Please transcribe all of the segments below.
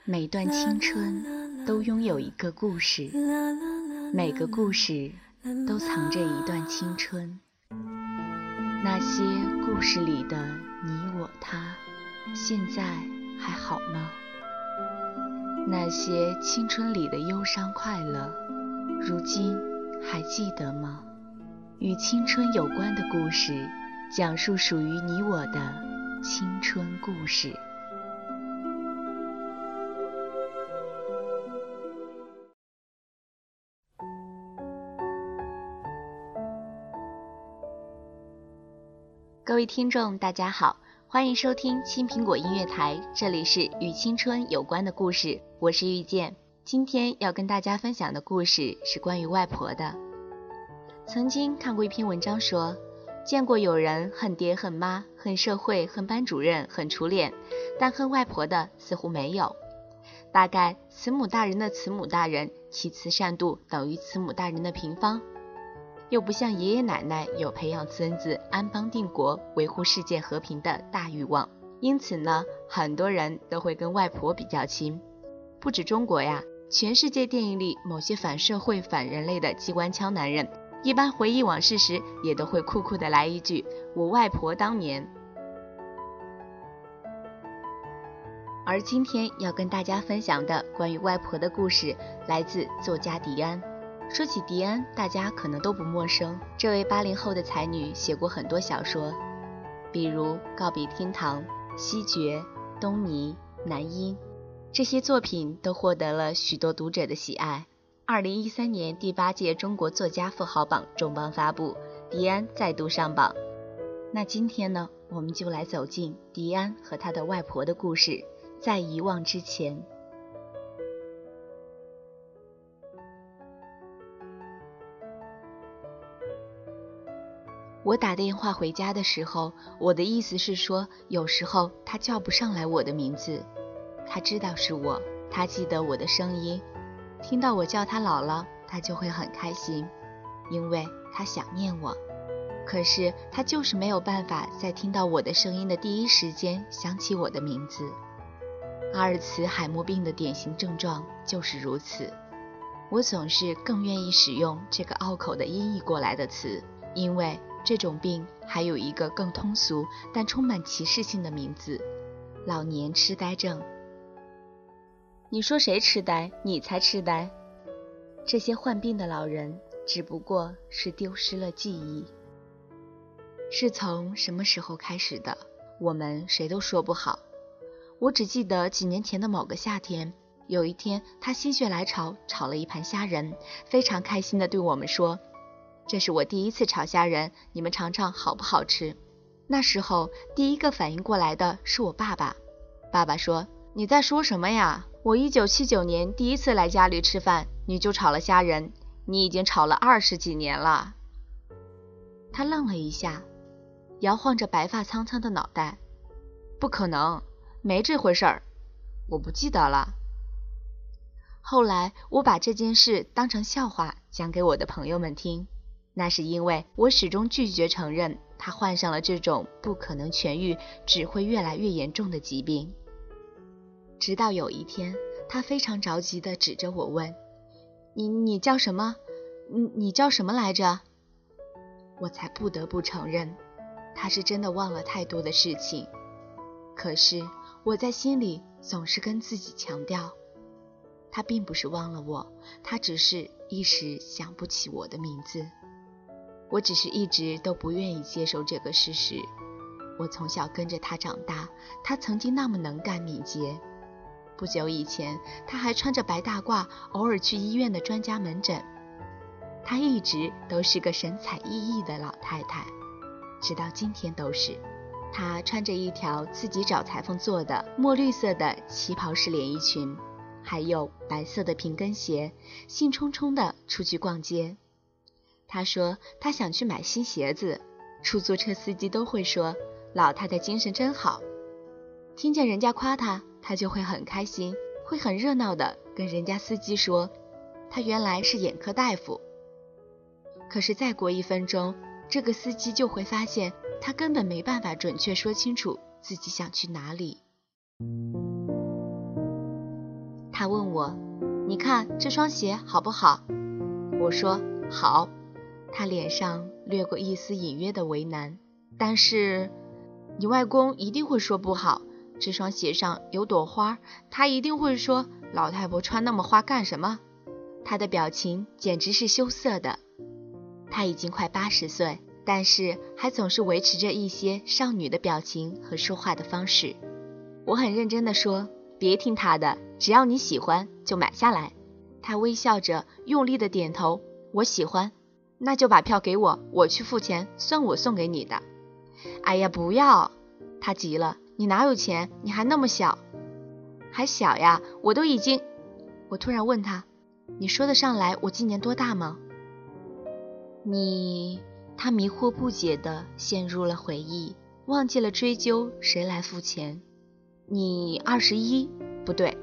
每段青春都拥有一个故事，每个故事都藏着一段青春。那些故事里的你我他，现在还好吗？那些青春里的忧伤快乐，如今还记得吗？与青春有关的故事，讲述属于你我的青春故事。各位听众大家好，欢迎收听青苹果音乐台，这里是与青春有关的故事，我是遇见。今天要跟大家分享的故事是关于外婆的。曾经看过一篇文章说，见过有人恨爹恨妈恨社会恨班主任恨初恋，但恨外婆的似乎没有。大概慈母大人的慈母大人其慈善度等于慈母大人的平方，又不像爷爷奶奶有培养孙子安邦定国维护世界和平的大欲望，因此呢，很多人都会跟外婆比较亲。不止中国呀，全世界电影里某些反社会反人类的机关枪男人，一般回忆往事时也都会酷酷的来一句，我外婆当年。而今天要跟大家分享的关于外婆的故事，来自作家迪安。说起迪安，大家可能都不陌生，这位80后的才女写过很多小说，比如《告别天堂》、《西决》、《东尼》、《男婴》，这些作品都获得了许多读者的喜爱。2013年第8届中国作家富豪榜重磅发布，迪安再度上榜。那今天呢，我们就来走进迪安和他的外婆的故事，在遗忘之前。我打电话回家的时候，我的意思是说，有时候他叫不上来我的名字，他知道是我，他记得我的声音，听到我叫他姥姥，他就会很开心，因为他想念我。可是他就是没有办法在听到我的声音的第一时间想起我的名字。阿尔茨海默病的典型症状就是如此。我总是更愿意使用这个拗口的音译过来的词，因为这种病还有一个更通俗但充满歧视性的名字，老年痴呆症。你说谁痴呆？你才痴呆。这些患病的老人只不过是丢失了记忆。是从什么时候开始的，我们谁都说不好。我只记得几年前的某个夏天，有一天他心血来潮炒了一盘虾仁，非常开心地对我们说，这是我第一次炒虾仁，你们尝尝好不好吃。那时候第一个反应过来的是我爸爸。爸爸说，你在说什么呀？我1979年第一次来家里吃饭，你就炒了虾仁，你已经炒了20几年了。他愣了一下，摇晃着白发苍苍的脑袋，不可能，没这回事儿，我不记得了。后来我把这件事当成笑话讲给我的朋友们听，那是因为我始终拒绝承认他患上了这种不可能痊愈，只会越来越严重的疾病。直到有一天，他非常着急地指着我问，你叫什么？你叫什么来着？我才不得不承认，他是真的忘了太多的事情。可是我在心里总是跟自己强调，他并不是忘了我，他只是一时想不起我的名字。我只是一直都不愿意接受这个事实。我从小跟着他长大，他曾经那么能干敏捷。不久以前，他还穿着白大褂，偶尔去医院的专家门诊。她一直都是个神采奕奕的老太太，直到今天都是。她穿着一条自己找裁缝做的墨绿色的旗袍式连衣裙，还有白色的平跟鞋，兴冲冲地出去逛街。她说她想去买新鞋子，出租车司机都会说，老太太精神真好。听见人家夸她，她就会很开心，会很热闹地跟人家司机说，她原来是眼科大夫。可是再过1分钟，这个司机就会发现，他根本没办法准确说清楚自己想去哪里。 他问我，你看这双鞋好不好？我说好。他脸上掠过一丝隐约的为难，但是你外公一定会说不好，这双鞋上有朵花，他一定会说老太婆穿那么花干什么？他的表情简直是羞涩的。他已经快80岁，但是还总是维持着一些少女的表情和说话的方式。我很认真地说，别听他的，只要你喜欢就买下来。他微笑着用力地点头，我喜欢，那就把票给我，我去付钱，算我送给你的。哎呀，不要！他急了，你哪有钱？你还那么小。还小呀，我都已经……我突然问他，你说得上来我今年多大吗？他迷惑不解地陷入了回忆，忘记了追究谁来付钱。你21？不对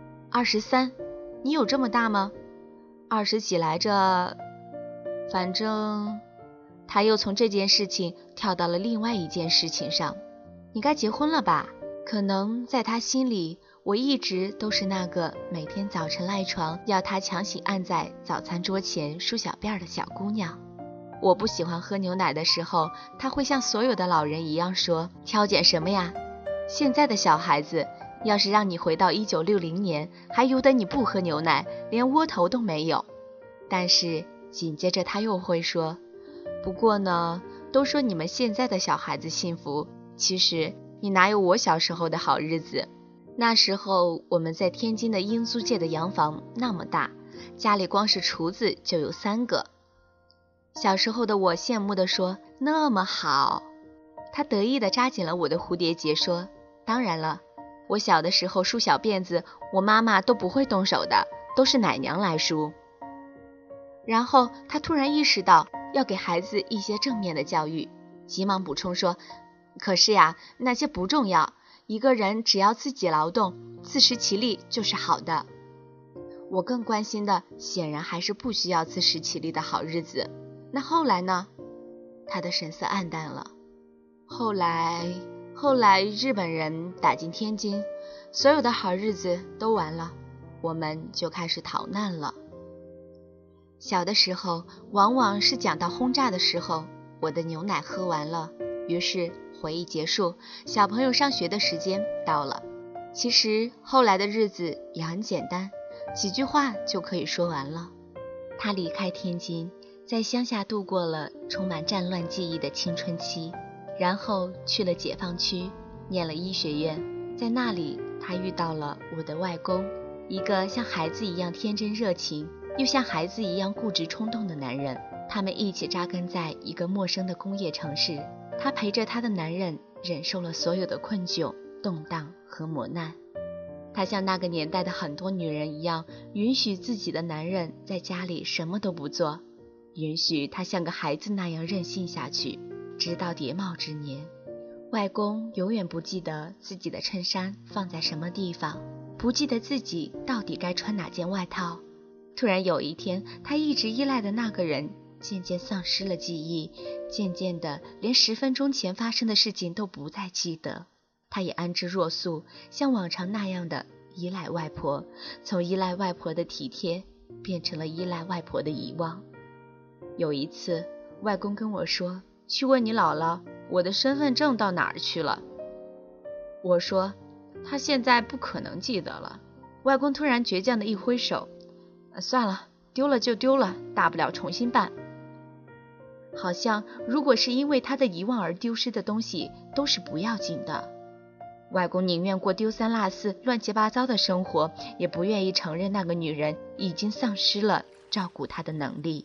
，23。你有这么大吗？20几来着。反正他又从这件事情跳到了另外一件事情上。你该结婚了吧？可能在他心里，我一直都是那个每天早晨赖床要他强行按在早餐桌前梳小辫的小姑娘。我不喜欢喝牛奶的时候，他会像所有的老人一样说，挑拣什么呀？现在的小孩子要是让你回到1960年，还由得你不喝牛奶，连窝头都没有。但是紧接着他又会说，不过呢，都说你们现在的小孩子幸福，其实你哪有我小时候的好日子。那时候我们在天津的英租界的洋房那么大，家里光是厨子就有3个。小时候的我羡慕地说，那么好。他得意地扎紧了我的蝴蝶结说，当然了，我小的时候梳小辫子，我妈妈都不会动手的，都是奶娘来梳。然后他突然意识到要给孩子一些正面的教育，急忙补充说，可是呀，那些不重要，一个人只要自己劳动，自食其力就是好的。我更关心的显然还是不需要自食其力的好日子。那后来呢？他的神色黯淡了。后来日本人打进天津，所有的好日子都完了，我们就开始逃难了。小的时候往往是讲到轰炸的时候，我的牛奶喝完了，于是回忆结束，小朋友上学的时间到了。其实后来的日子也很简单，几句话就可以说完了。他离开天津，在乡下度过了充满战乱记忆的青春期，然后去了解放区，念了医学院。在那里他遇到了我的外公，一个像孩子一样天真热情，又像孩子一样固执冲动的男人。他们一起扎根在一个陌生的工业城市，他陪着他的男人忍受了所有的困窘、动荡和磨难。她像那个年代的很多女人一样，允许自己的男人在家里什么都不做，允许他像个孩子那样任性下去，直到迭茂之年。外公永远不记得自己的衬衫放在什么地方，不记得自己到底该穿哪件外套。突然有一天，他一直依赖的那个人渐渐丧失了记忆，渐渐的连10分钟前发生的事情都不再记得。他也安之若素，像往常那样的依赖外婆，从依赖外婆的体贴变成了依赖外婆的遗忘。有一次外公跟我说，去问你姥姥，我的身份证到哪儿去了。我说他现在不可能记得了。外公突然倔强的一挥手，算了，丢了就丢了，大不了重新办。好像如果是因为他的遗忘而丢失的东西都是不要紧的。外公宁愿过丢三落四、乱七八糟的生活，也不愿意承认那个女人已经丧失了照顾他的能力。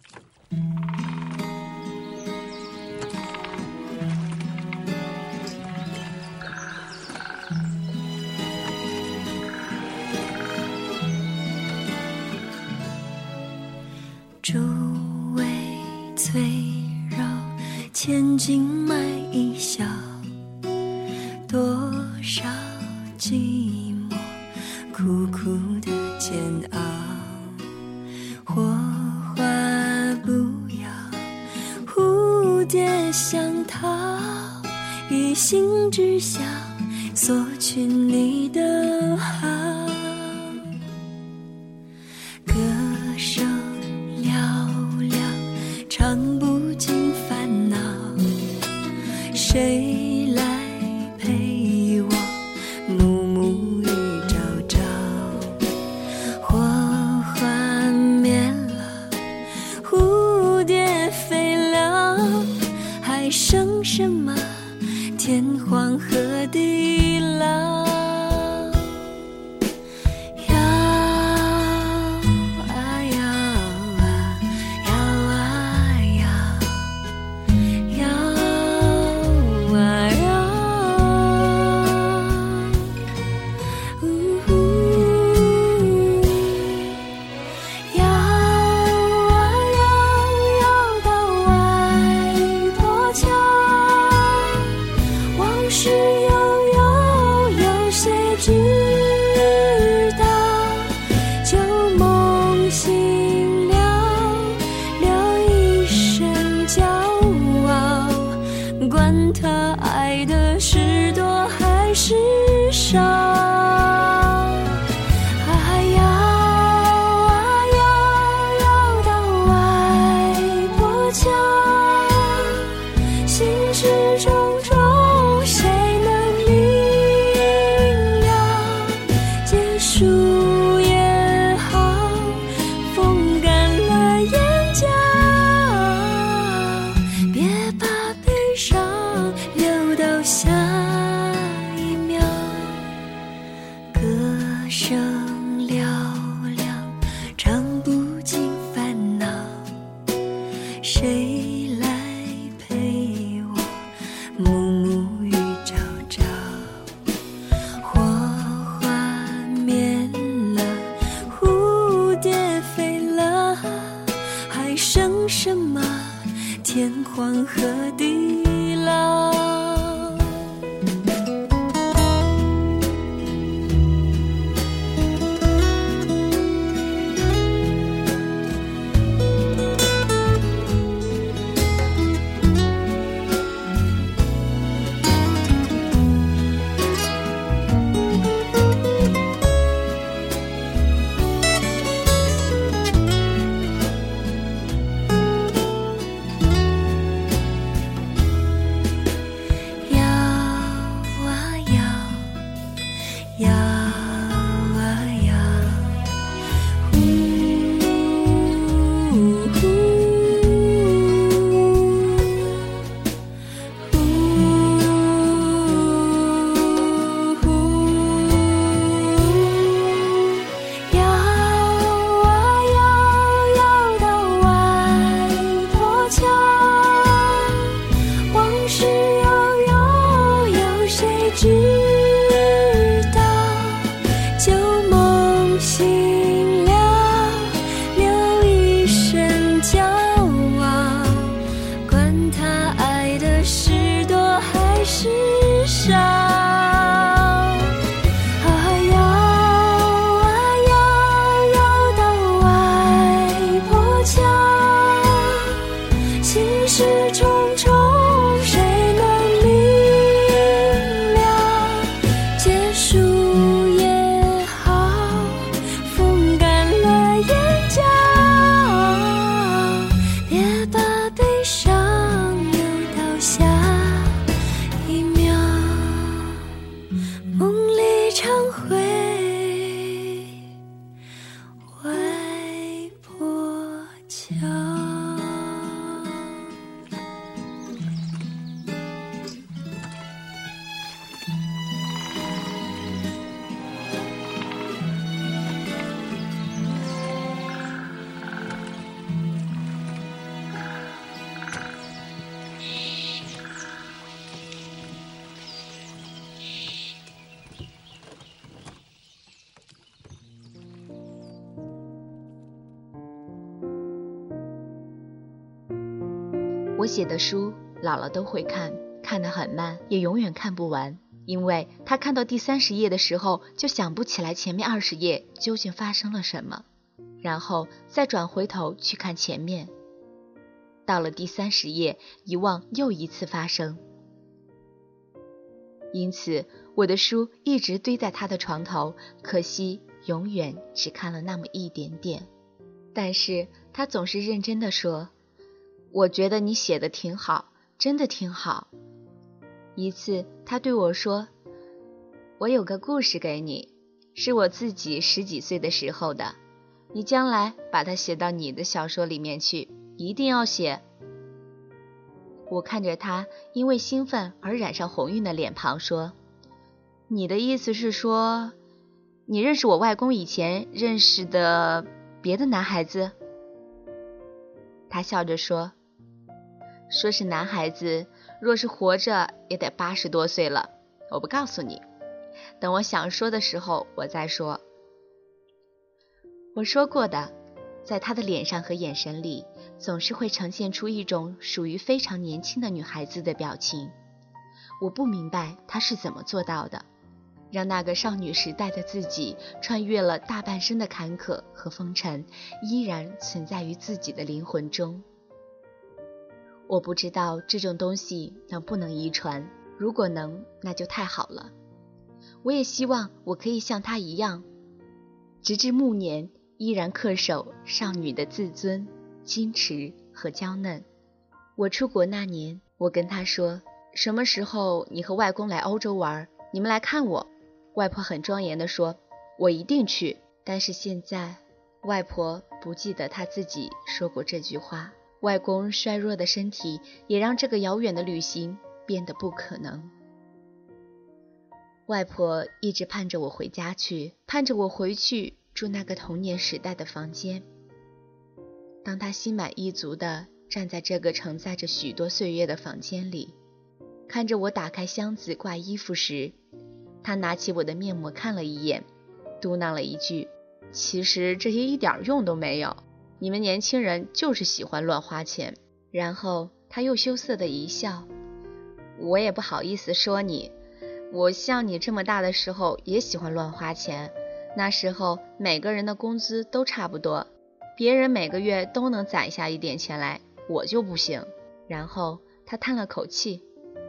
诸位翠柔，千金买一笑，多少寂寞，苦苦的煎熬。火花不要，蝴蝶想逃，一心只想索取你的好。 知道，就梦醒了，了一身骄傲，管他爱的是多还是少。谁来陪我暮暮与朝朝？火花灭了，蝴蝶飞了，还剩什么天荒和地老？ 我写的书姥姥都会看，看得很慢，也永远看不完，因为她看到第30页的时候就想不起来前面20页究竟发生了什么，然后再转回头去看前面，到了第30页遗忘又一次发生。因此我的书一直堆在她的床头，可惜永远只看了那么一点点。但是她总是认真地说，我觉得你写的挺好，真的挺好。一次他对我说，我有个故事给你，是我自己10几岁的时候的，你将来把它写到你的小说里面去，一定要写。我看着他因为兴奋而染上红晕的脸庞说，你的意思是说，你认识我外公以前认识的别的男孩子？他笑着说是男孩子，若是活着也得80多岁了，我不告诉你，等我想说的时候我再说。我说过的，在他的脸上和眼神里总是会呈现出一种属于非常年轻的女孩子的表情，我不明白他是怎么做到的。 让那个少女时代的自己穿越了大半生的坎坷和风尘，依然存在于自己的灵魂中。我不知道这种东西能不能遗传，如果能，那就太好了。我也希望我可以像她一样，直至暮年依然恪守少女的自尊、矜持和娇嫩。我出国那年，我跟她说，什么时候你和外公来欧洲玩，你们来看我。外婆很庄严地说，我一定去。但是现在，外婆不记得她自己说过这句话。外公衰弱的身体也让这个遥远的旅行变得不可能。外婆一直盼着我回家去，盼着我回去住那个童年时代的房间。当她心满意足地站在这个承载着许多岁月的房间里，看着我打开箱子挂衣服时，她拿起我的面膜看了一眼，嘟囔了一句，其实这些一点用都没有，你们年轻人就是喜欢乱花钱。然后她又羞涩地一笑，我也不好意思说你，我像你这么大的时候也喜欢乱花钱，那时候每个人的工资都差不多，别人每个月都能攒下一点钱来，我就不行。然后她叹了口气，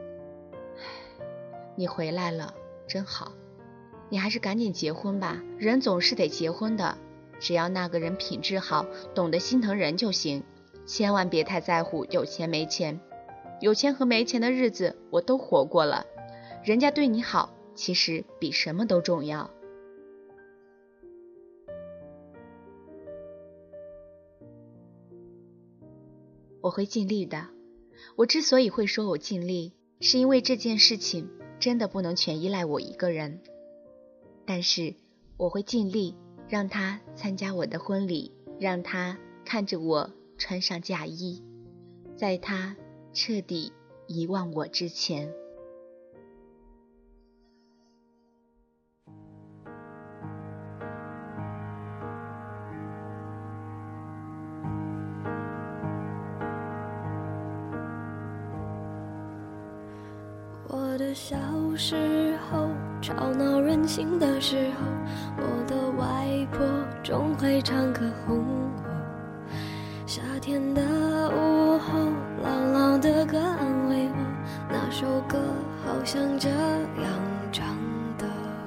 你回来了真好，你还是赶紧结婚吧，人总是得结婚的，只要那个人品质好，懂得心疼人就行，千万别太在乎有钱没钱，有钱和没钱的日子我都活过了，人家对你好其实比什么都重要。我会尽力的，我之所以会说我尽力，是因为这件事情真的不能全依赖我一个人，但是我会尽力让他参加我的婚礼，让他看着我穿上嫁衣，在他彻底遗忘我之前。 我的小时候，吵闹任性的时候，我的外婆总会唱歌哄我。夏天的午后，姥姥的歌安慰我，那首歌好像这样唱的。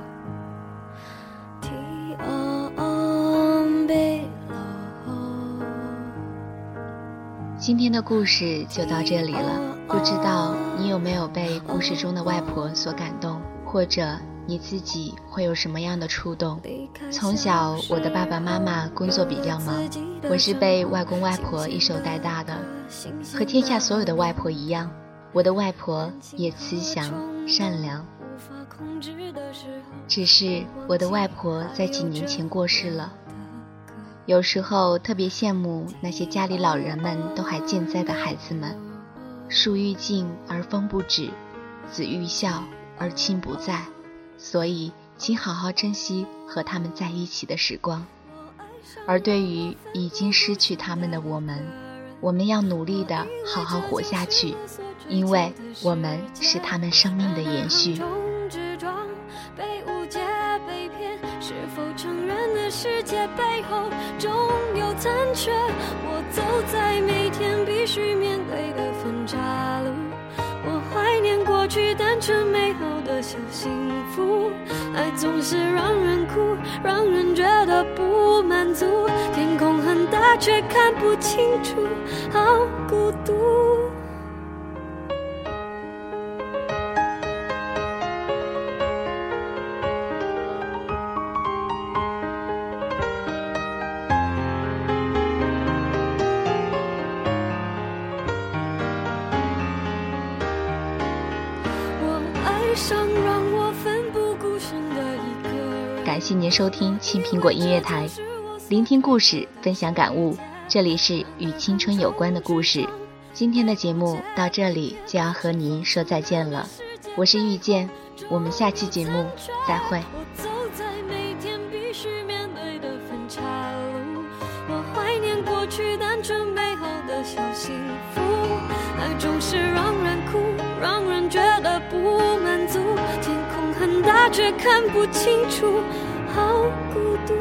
今天的故事就到这里了，不知道你有没有被故事中的外婆所感动，或者你自己会有什么样的触动。从小我的爸爸妈妈工作比较忙，我是被外公外婆一手带大的，和天下所有的外婆一样，我的外婆也慈祥善良，只是我的外婆在几年前过世了。有时候特别羡慕那些家里老人们都还健在的孩子们，树欲静而风不止，子欲孝而亲不在，所以请好好珍惜和他们在一起的时光。而对于已经失去他们的我们要努力地好好活下去，因为我们是他们生命的延续。 是否承认的世界背后总有残缺？我走在每天必须面对的分岔路，我怀念过去单纯美好的小幸福。爱总是让人哭，让人觉得不满足，天空很大却看不清楚，好孤独。 感谢您收听青苹果音乐台，聆听故事，分享感悟，这里是与青春有关的故事。今天的节目到这里就要和您说再见了，我是遇见，我们下期节目再会。 我走在每天必须面对的分岔路，我怀念过去单纯美好的小幸福。爱总是让人哭，让人觉得不满足，天空很大他却看不清楚，好孤独。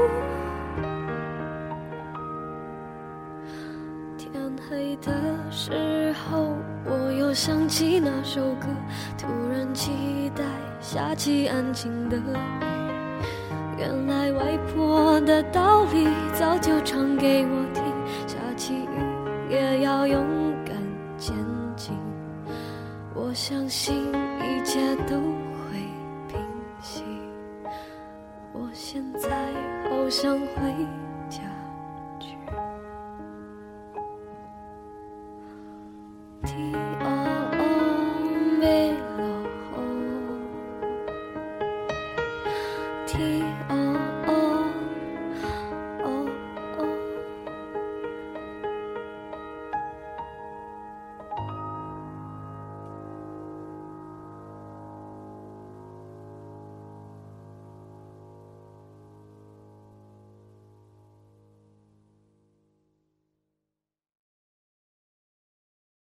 天黑的时候，我又想起那首歌，突然期待下起安静的雨。原来外婆的道理早就唱给我听，下起雨也要勇敢前进。我相信一切都会平息。我现在好想回家去。T-O-O